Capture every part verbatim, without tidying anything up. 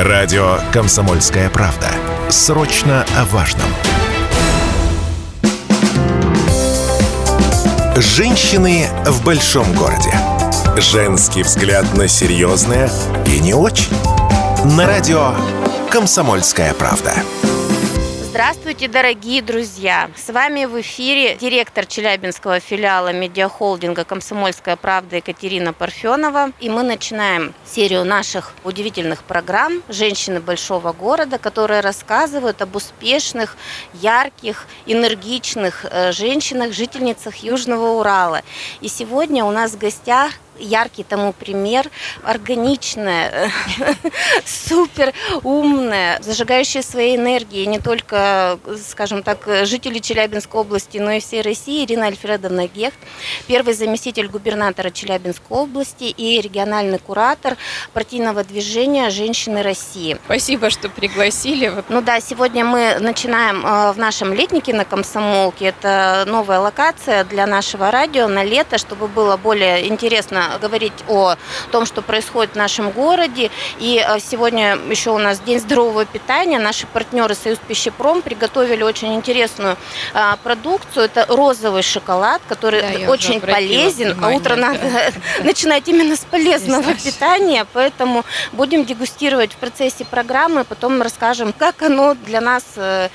Радио «Комсомольская правда». Срочно о важном. Женщины в большом городе. Женский взгляд на серьезное и не очень. На радио «Комсомольская правда». Здравствуйте, дорогие друзья! С вами в эфире директор Челябинского филиала медиахолдинга «Комсомольская правда» Екатерина Парфенова. И мы начинаем серию наших удивительных программ «Женщины большого города», которые рассказывают об успешных, ярких, энергичных женщинах, жительницах Южного Урала. И сегодня у нас в гостях яркий тому пример, органичная, супер умная, зажигающая своей энергией не только, скажем так, жители Челябинской области, но и всей России Ирина Альфредовна Гехт, первый заместитель губернатора Челябинской области и региональный куратор партийного движения «Женщины России». Спасибо, что пригласили. Ну да, сегодня мы начинаем в нашем летнике на Комсомолке. Это новая локация для нашего радио на лето, чтобы было более интересно говорить о том, что происходит в нашем городе. И сегодня еще у нас День здорового питания. Наши партнеры Союз Пищепром приготовили очень интересную а, продукцию. Это розовый шоколад, который да, очень полезен. А утро надо начинать именно с полезного питания. Поэтому будем дегустировать в процессе программы. Потом расскажем, как оно для нас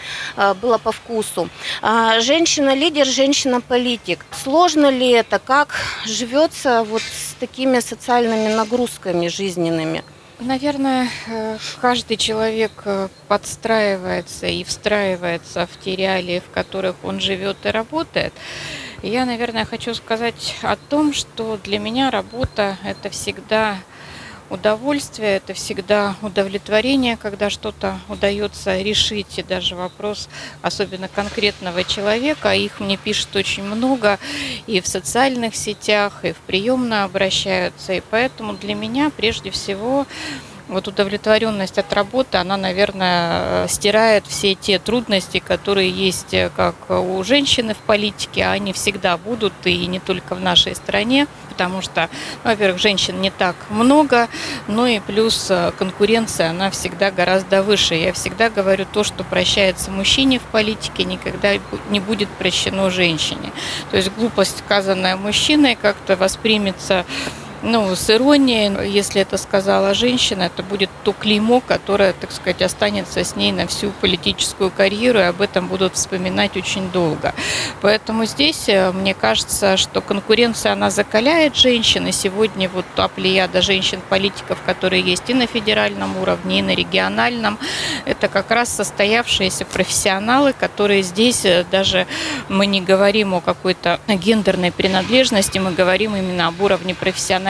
было по вкусу. Женщина-лидер, женщина-политик. Сложно ли это? Как живется вот с такими социальными нагрузками жизненными? Наверное, каждый человек подстраивается и встраивается в те реалии, в которых он живет и работает. Я, наверное, хочу сказать о том, что для меня работа – это всегда удовольствие, это всегда удовлетворение, когда что-то удается решить, и даже вопрос особенно конкретного человека, их мне пишут очень много и в социальных сетях, и в приемную обращаются, и поэтому для меня прежде всего вот удовлетворенность от работы, она, наверное, стирает все те трудности, которые есть как у женщины в политике, а они всегда будут, и не только в нашей стране, потому что, ну, во-первых, женщин не так много, но и плюс конкуренция, она всегда гораздо выше. Я всегда говорю, то, что прощается мужчине в политике, никогда не будет прощено женщине. То есть глупость, сказанная мужчиной, как-то воспримется Ну, с иронией, если это сказала женщина, это будет то клеймо, которое, так сказать, останется с ней на всю политическую карьеру, и об этом будут вспоминать очень долго. Поэтому здесь, мне кажется, что конкуренция, она закаляет женщин, и сегодня вот та плеяда женщин-политиков, которые есть и на федеральном уровне, и на региональном, это как раз состоявшиеся профессионалы, которые здесь даже мы не говорим о какой-то гендерной принадлежности, мы говорим именно об уровне профессионализма.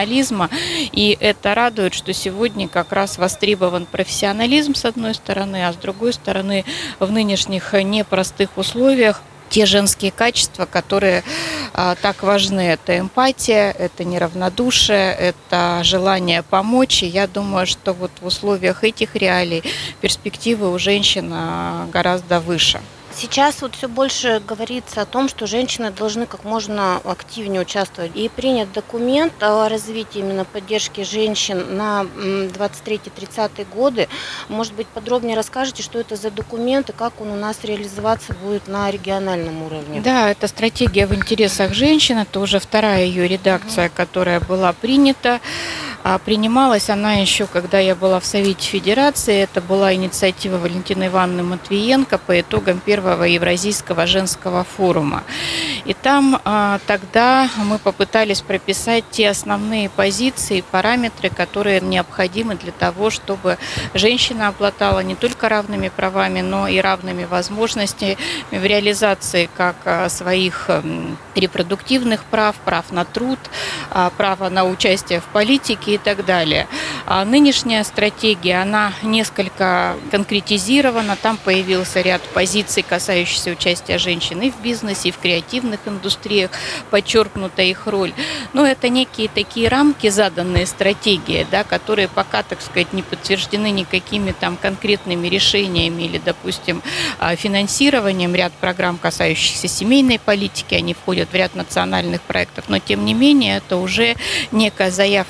И это радует, что сегодня как раз востребован профессионализм с одной стороны, а с другой стороны в нынешних непростых условиях те женские качества, которые а, так важны. Это эмпатия, это неравнодушие, это желание помочь. И я думаю, что вот в условиях этих реалий перспективы у женщин гораздо выше. Сейчас вот все больше говорится о том, что женщины должны как можно активнее участвовать. И принят документ о развитии именно поддержки женщин на двадцать третий — тридцатый годы. Может быть, подробнее расскажете, что это за документ и как он у нас реализоваться будет на региональном уровне? Да, это стратегия в интересах женщин. Это уже вторая ее редакция, которая была принята. А принималась она еще, когда я была в Совете Федерации. Это была инициатива Валентины Ивановны Матвиенко по итогам первого Евразийского женского форума. И там а, тогда мы попытались прописать те основные позиции, параметры, которые необходимы для того, чтобы женщина обладала не только равными правами, но и равными возможностями в реализации как своих репродуктивных прав, прав на труд, права на участие в политике и так далее. А нынешняя стратегия, она несколько конкретизирована. Там появился ряд позиций, касающихся участия женщин и в бизнесе, и в креативных индустриях, подчеркнута их роль. Но это некие такие рамки, заданные стратегией, да, которые пока, так сказать, не подтверждены никакими там конкретными решениями или, допустим, финансированием. Ряд программ, касающихся семейной политики, они входят в ряд национальных проектов. Но, тем не менее, это уже некая заявка на то,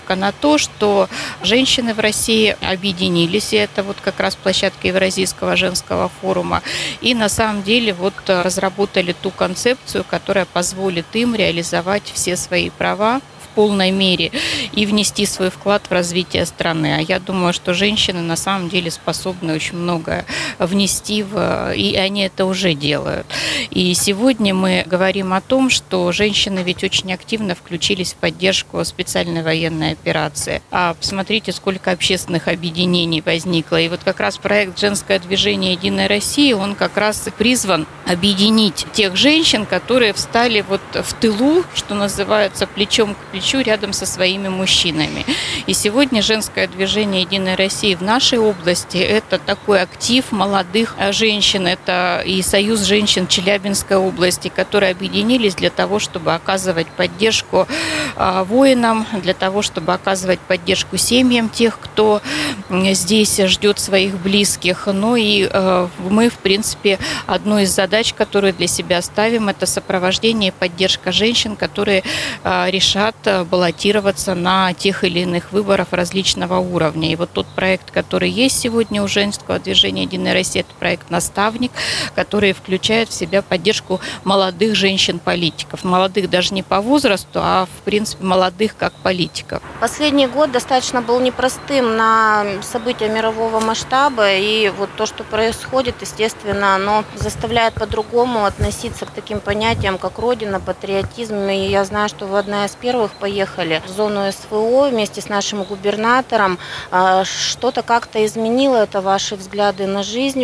то, что женщины в России объединились, и это вот как раз площадка Евразийского женского форума, и на самом деле вот разработали ту концепцию, которая позволит им реализовать все свои права в полной мере и внести свой вклад в развитие страны. А я думаю, что женщины на самом деле способны очень многое внести, в, и они это уже делают. И сегодня мы говорим о том, что женщины ведь очень активно включились в поддержку специальной военной операции. А посмотрите, сколько общественных объединений возникло. И вот как раз проект «Женское движение Единой России», он как раз призван объединить тех женщин, которые встали вот в тылу, что называется, плечом к плечу рядом со своими мужчинами. И сегодня женское движение Единой России в нашей области – это такой актив молодых женщин, это и Союз женщин Челябинской области, которые объединились для того, чтобы оказывать поддержку воинам, для того, чтобы оказывать поддержку семьям тех, кто здесь ждет своих близких. Ну и мы, в принципе, одну из задач, которую для себя ставим, это сопровождение и поддержка женщин, которые решат баллотироваться на тех или иных выборах различного уровня. И вот тот проект, который есть сегодня у женского движения «Единая Россия», это проект «Наставник», который включает в себя поддержку молодых женщин-политиков. Молодых даже не по возрасту, а в принципе молодых как политиков. Последний год достаточно был непростым на события мирового масштаба, и вот то, что происходит, естественно, оно заставляет по-другому относиться к таким понятиям, как Родина, патриотизм. И я знаю, что вы одна из первых поехали в зону СВО вместе с нашим губернатором. Что-то как-то изменило это ваши взгляды на жизнь,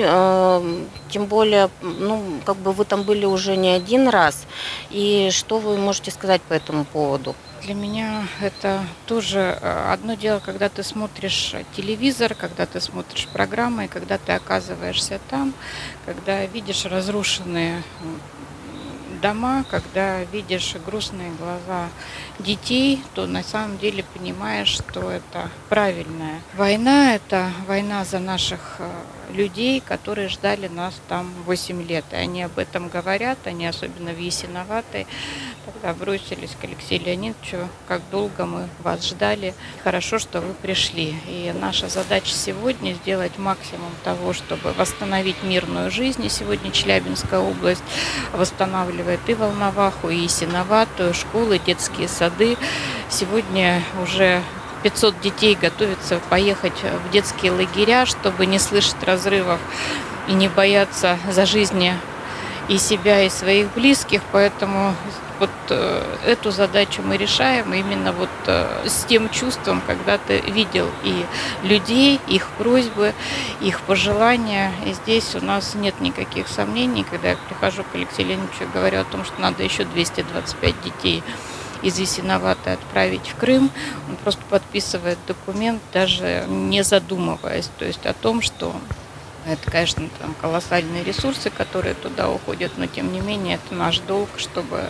тем более, ну, как бы вы там были уже не один раз. И что вы можете сказать по этому поводу? Для меня это тоже одно дело, когда ты смотришь телевизор, когда ты смотришь программы, когда ты оказываешься там, когда видишь разрушенные дома, когда видишь грустные глаза детей, то на самом деле понимаешь, что это правильная война, это война за наших людей, которые ждали нас там восемь лет. И они об этом говорят, они особенно в Ясиноватой тогда бросились к Алексею Леонидовичу, как долго мы вас ждали. Хорошо, что вы пришли. И наша задача сегодня сделать максимум того, чтобы восстановить мирную жизнь. И сегодня Челябинская область восстанавливает и Волноваху, и Ясиноватую, школы, детские сады. Сегодня уже пятьсот детей готовятся поехать в детские лагеря, чтобы не слышать разрывов и не бояться за жизни и себя, и своих близких. Поэтому вот эту задачу мы решаем именно вот с тем чувством, когда ты видел и людей, их просьбы, их пожелания. И здесь у нас нет никаких сомнений, когда я прихожу к Алексею Леонидовичу и говорю о том, что надо еще двести двадцать пять детей из Ясиноватой отправить в Крым, он просто подписывает документ, даже не задумываясь, то есть о том, что это, конечно, там колоссальные ресурсы, которые туда уходят, но тем не менее это наш долг, чтобы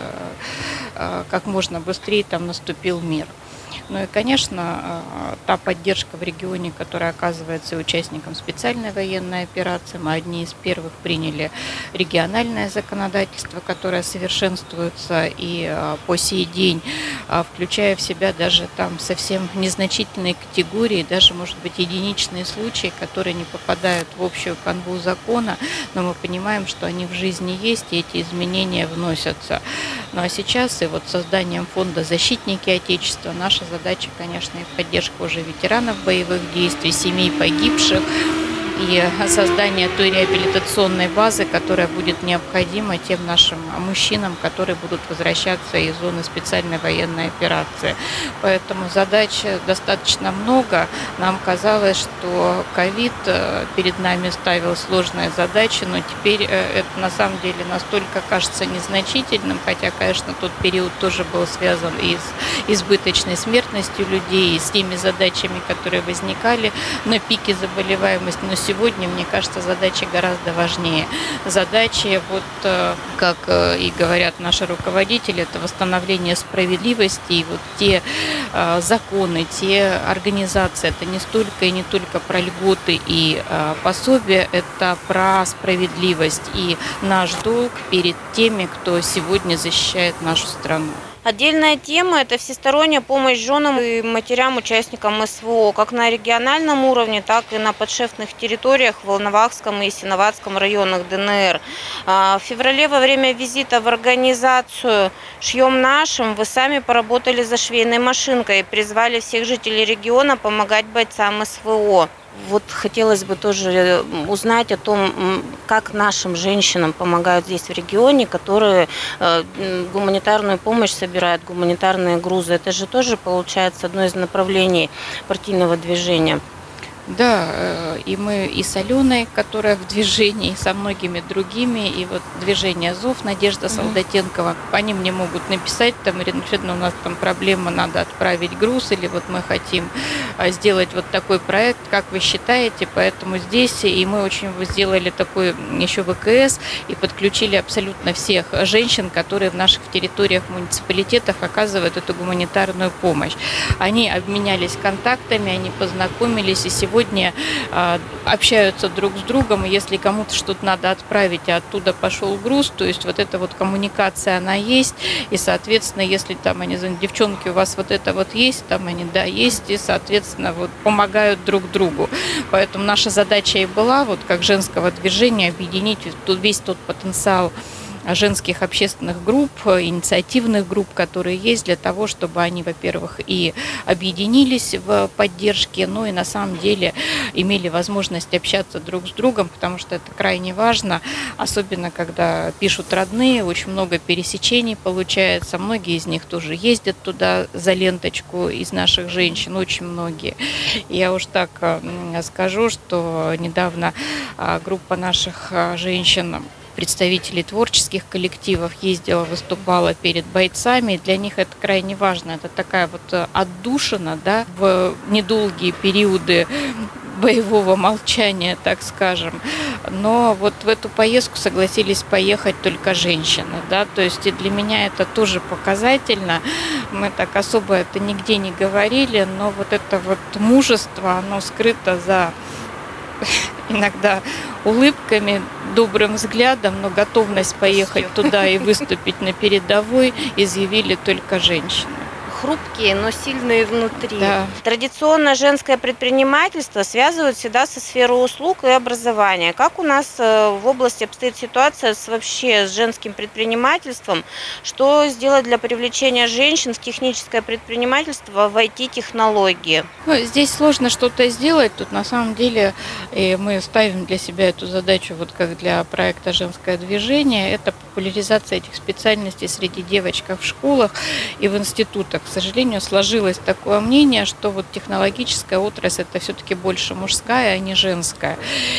как можно быстрее там наступил мир. Ну и, конечно, та поддержка в регионе, которая оказывается участникам специальной военной операции. Мы одни из первых приняли региональное законодательство, которое совершенствуется и по сей день, включая в себя даже там совсем незначительные категории, даже, может быть, единичные случаи, которые не попадают в общую канву закона, но мы понимаем, что они в жизни есть, и эти изменения вносятся. Ну а сейчас и вот созданием фонда «Защитники Отечества» наша задача, конечно, и поддержка уже ветеранов боевых действий, семей погибших, и создание той реабилитационной базы, которая будет необходима тем нашим мужчинам, которые будут возвращаться из зоны специальной военной операции. Поэтому задач достаточно много. Нам казалось, что ковид перед нами ставил сложные задачи, но теперь это на самом деле настолько кажется незначительным, хотя, конечно, тот период тоже был связан и с избыточной смертностью людей, и с теми задачами, которые возникали на пике заболеваемости. Но сегодня, мне кажется, задачи гораздо важнее. Задачи, вот как и говорят наши руководители, это восстановление справедливости. И вот те законы, те организации, это не столько и не только про льготы и пособия, это про справедливость. И наш долг перед теми, кто сегодня защищает нашу страну. Отдельная тема – это всесторонняя помощь женам и матерям, участникам СВО, как на региональном уровне, так и на подшефных территориях в Волновахском и Ясиноватском районах ДНР. В феврале во время визита в организацию «Шьем нашим» вы сами поработали за швейной машинкой и призвали всех жителей региона помогать бойцам СВО. Вот хотелось бы тоже узнать о том, как нашим женщинам помогают здесь в регионе, которые гуманитарную помощь собирают, гуманитарные грузы. Это же тоже получается одно из направлений партийного движения. Да, и мы и с Аленой, которая в движении, и со многими другими, и вот движение ЗОВ, Надежда Солдатенкова, они мне могут написать, там, Ирина Федоровна, у нас там проблема, надо отправить груз, или вот мы хотим сделать вот такой проект, как вы считаете, поэтому здесь, и мы очень сделали такой еще ВКС, и подключили абсолютно всех женщин, которые в наших территориях, муниципалитетах оказывают эту гуманитарную помощь. Они обменялись контактами, они познакомились, и сегодня Сегодня э, общаются друг с другом, и если кому-то что-то надо отправить, а оттуда пошел груз, то есть вот эта вот коммуникация, она есть, и, соответственно, если там они звонят, девчонки, у вас вот это вот есть, там они, да, есть, и, соответственно, вот помогают друг другу. Поэтому наша задача и была, вот как женского движения, объединить тут весь тот потенциал женских общественных групп, инициативных групп, которые есть, для того, чтобы они, во-первых, и объединились в поддержке, но и на самом деле имели возможность общаться друг с другом, потому что это крайне важно, особенно когда пишут родные, очень много пересечений получается, многие из них тоже ездят туда за ленточку из наших женщин, очень многие. Я уж так скажу, что недавно группа наших женщин, представителей творческих коллективов, ездила, выступала перед бойцами. Для них это крайне важно. Это такая вот отдушина, да, в недолгие периоды боевого молчания, так скажем. Но вот в эту поездку согласились поехать только женщины, да, то есть и для меня это тоже показательно. Мы так особо это нигде не говорили, но вот это вот мужество, оно скрыто за иногда улыбками, добрым взглядом, но готовность поехать туда и выступить на передовой изъявили только женщины. Хрупкие, но сильные внутри. Да. Традиционно женское предпринимательство связывают всегда со сферой услуг и образования. Как у нас в области обстоит ситуация с, вообще с женским предпринимательством? Что сделать для привлечения женщин в техническое предпринимательство в ай ти-технологии? Ну, здесь сложно что-то сделать. Тут на самом деле и мы ставим для себя эту задачу, вот как для проекта «Женское движение», это популяризация этих специальностей среди девочек в школах и в институтах. К сожалению, сложилось такое мнение, что вот технологическая отрасль это все-таки больше мужская, а не женская.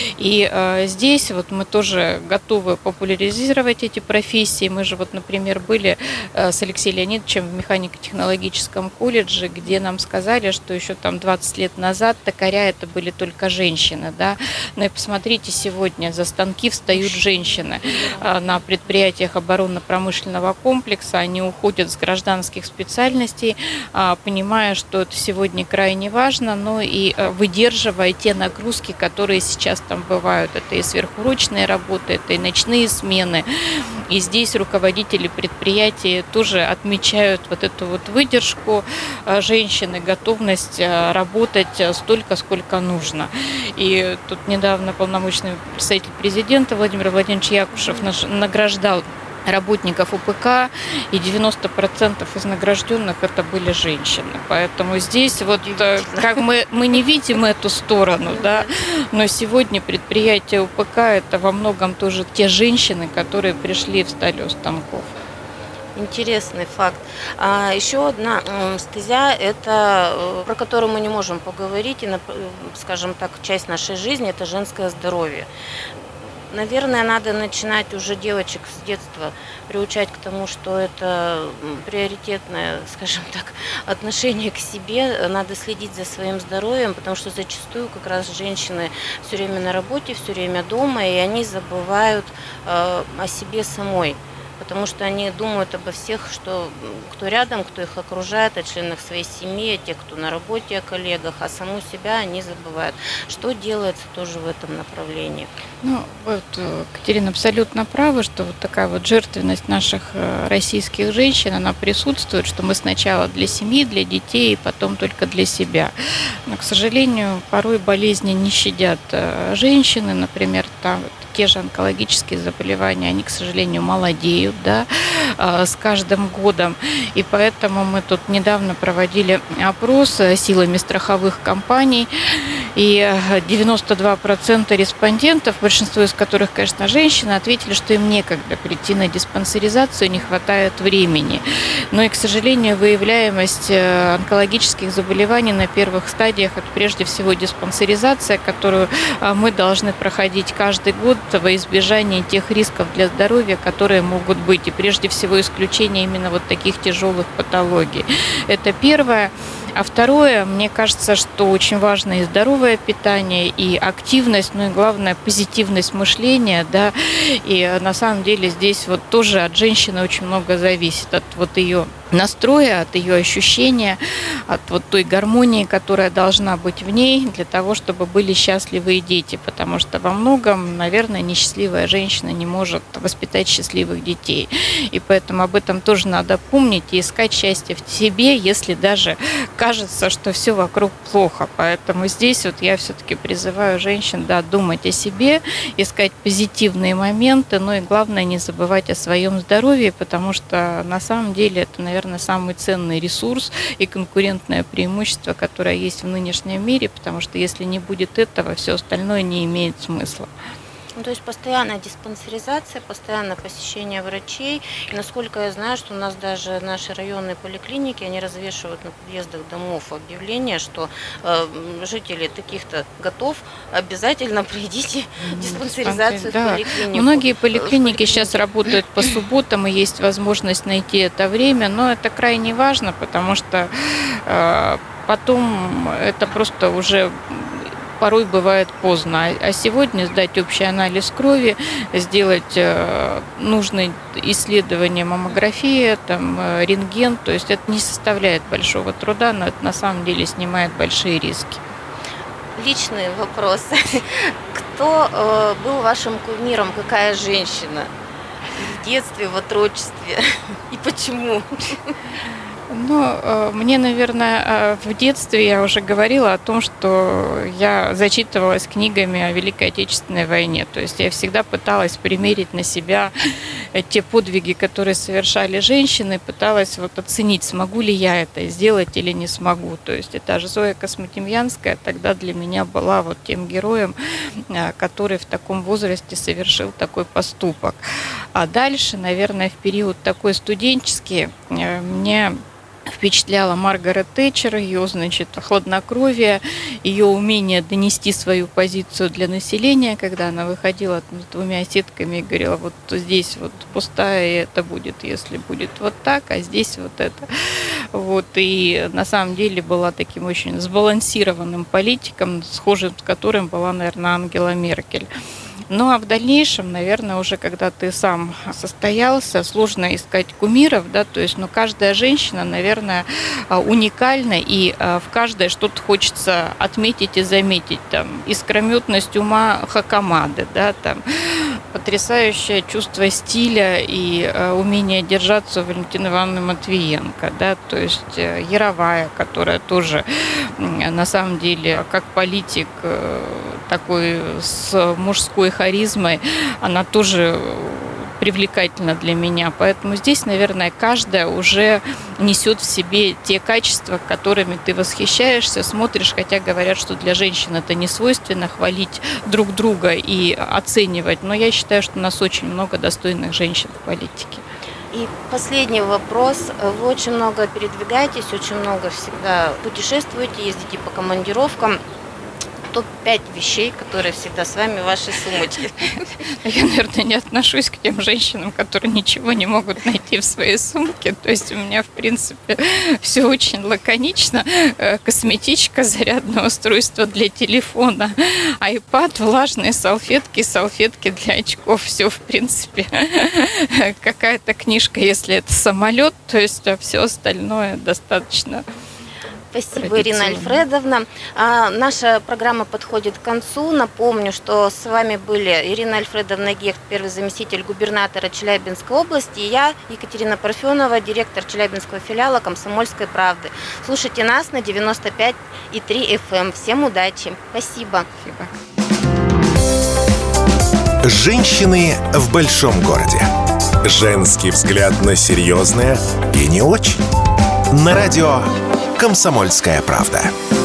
И э, здесь вот мы тоже готовы популяризировать эти профессии. Мы же вот, например, были э, с Алексеем Леонидовичем в механико-технологическом колледже, где нам сказали, что еще там двадцать лет назад токаря это были только женщины, да. Но и посмотрите, сегодня за станки встают женщины э, на предприятиях оборонно-промышленного комплекса, они уходят с гражданских специальностей, понимая, что это сегодня крайне важно, но и выдерживая те нагрузки, которые сейчас там бывают. Это и сверхурочные работы, это и ночные смены. И здесь руководители предприятий тоже отмечают вот эту вот выдержку женщины, готовность работать столько, сколько нужно. И тут недавно полномочный представитель президента Владимир Владимирович Якушев награждал работников УПК, и девяносто процентов из награжденных это были женщины. Поэтому здесь вот как мы, мы не видим эту сторону, да, но сегодня предприятие УПК это во многом тоже те женщины, которые пришли и встали у станков. Интересный факт. А еще одна стезя, это про которую мы не можем поговорить, и, скажем так, часть нашей жизни, это женское здоровье. Наверное, надо начинать уже девочек с детства приучать к тому, что это приоритетное, скажем так, отношение к себе. Надо следить за своим здоровьем, потому что зачастую как раз женщины все время на работе, все время дома, и они забывают э, о себе самой. Потому что они думают обо всех, что, кто рядом, кто их окружает, о членах своей семьи, о тех, кто на работе, о коллегах, а саму себя они забывают. Что делается тоже в этом направлении? Ну, вот Катерина абсолютно права, что вот такая вот жертвенность наших российских женщин, она присутствует, что мы сначала для семьи, для детей, и потом только для себя. Но, к сожалению, порой болезни не щадят женщины, например, там те же онкологические заболевания, они, к сожалению, молодеют, да, с каждым годом. И поэтому мы тут недавно проводили опрос силами страховых компаний, и девяносто два процента респондентов, большинство из которых, конечно, женщины, ответили, что им некогда прийти на диспансеризацию, не хватает времени. Но и, к сожалению, выявляемость онкологических заболеваний на первых стадиях – это прежде всего диспансеризация, которую мы должны проходить каждый год во избежание тех рисков для здоровья, которые могут быть. И прежде всего исключение именно вот таких тяжелых патологий. Это первое. А второе, мне кажется, что очень важно и здоровое питание, и активность, ну и главное, позитивность мышления, да, и на самом деле здесь вот тоже от женщины очень много зависит, от вот ее настроя, от ее ощущения, от вот той гармонии, которая должна быть в ней, для того, чтобы были счастливые дети, потому что во многом, наверное, несчастливая женщина не может воспитать счастливых детей, и поэтому об этом тоже надо помнить и искать счастье в себе, если даже кажется, что все вокруг плохо. Поэтому здесь вот я все-таки призываю женщин, да, думать о себе, искать позитивные моменты, но и главное не забывать о своем здоровье, потому что на самом деле это, наверное, самый ценный ресурс и конкурентное преимущество, которое есть в нынешнем мире, потому что если не будет этого, все остальное не имеет смысла. Ну, то есть постоянная диспансеризация, постоянное посещение врачей. И насколько я знаю, что у нас даже наши районные поликлиники, они развешивают на подъездах домов объявления, что э, жители таких-то готов, обязательно пройдите диспансеризацию да. в поликлинику. Многие поликлиники сейчас работают по субботам, и есть возможность найти это время, но это крайне важно, потому что э, потом это просто уже порой бывает поздно. А сегодня сдать общий анализ крови, сделать нужные исследования, маммография, там, рентген, то есть это не составляет большого труда, но это на самом деле снимает большие риски. Личные вопросы. Кто э, был вашим кумиром? Какая женщина? В детстве, в отрочестве? И почему? Ну, мне, наверное, в детстве я уже говорила о том, что я зачитывалась книгами о Великой Отечественной войне. То есть я всегда пыталась примерить на себя те подвиги, которые совершали женщины, пыталась вот оценить, смогу ли я это сделать или не смогу. То есть это же Зоя Космотемьянская тогда для меня была вот тем героем, который в таком возрасте совершил такой поступок. А дальше, наверное, в период такой студенческий мне впечатляла Маргарет Тэтчер, ее, значит, хладнокровие, ее умение донести свою позицию для населения, когда она выходила с двумя сетками и говорила, вот здесь вот пустая, и это будет, если будет вот так, а здесь вот это. Вот, и на самом деле была таким очень сбалансированным политиком, схожим с которым была, наверное, Ангела Меркель. Ну, а в дальнейшем, наверное, уже когда ты сам состоялся, сложно искать кумиров, да, то есть, ну, каждая женщина, наверное, уникальна, и в каждой что-то хочется отметить и заметить, там, искрометность ума Хакамады, да, там, потрясающее чувство стиля и умение держаться у Валентины Ивановны Матвиенко, да, то есть Яровая, которая тоже, на самом деле, как политик такой с мужской харизмой, она тоже привлекательна для меня. Поэтому здесь, наверное, каждая уже несет в себе те качества, которыми ты восхищаешься, смотришь, хотя говорят, что для женщин это не свойственно хвалить друг друга и оценивать. Но я считаю, что у нас очень много достойных женщин в политике. И последний вопрос. Вы очень много передвигаетесь, очень много всегда путешествуете, ездите по командировкам. топ пять вещей, которые всегда с вами в вашей сумочке. Я, наверное, не отношусь к тем женщинам, которые ничего не могут найти в своей сумке. То есть у меня, в принципе, все очень лаконично. Косметичка, зарядное устройство для телефона, айпад, влажные салфетки, салфетки для очков. Все, в принципе. Какая-то книжка, если это самолет, то есть все остальное достаточно. Спасибо, Ирина Альфредовна. А, наша программа подходит к концу. Напомню, что с вами были Ирина Альфредовна Гехт, первый заместитель губернатора Челябинской области, и я, Екатерина Парфенова, директор Челябинского филиала «Комсомольской правды». Слушайте нас на девяносто пять и три эф эм. Всем удачи. Спасибо. Спасибо. Женщины в большом городе. Женский взгляд на серьезное и не очень. На радио «Комсомольская правда».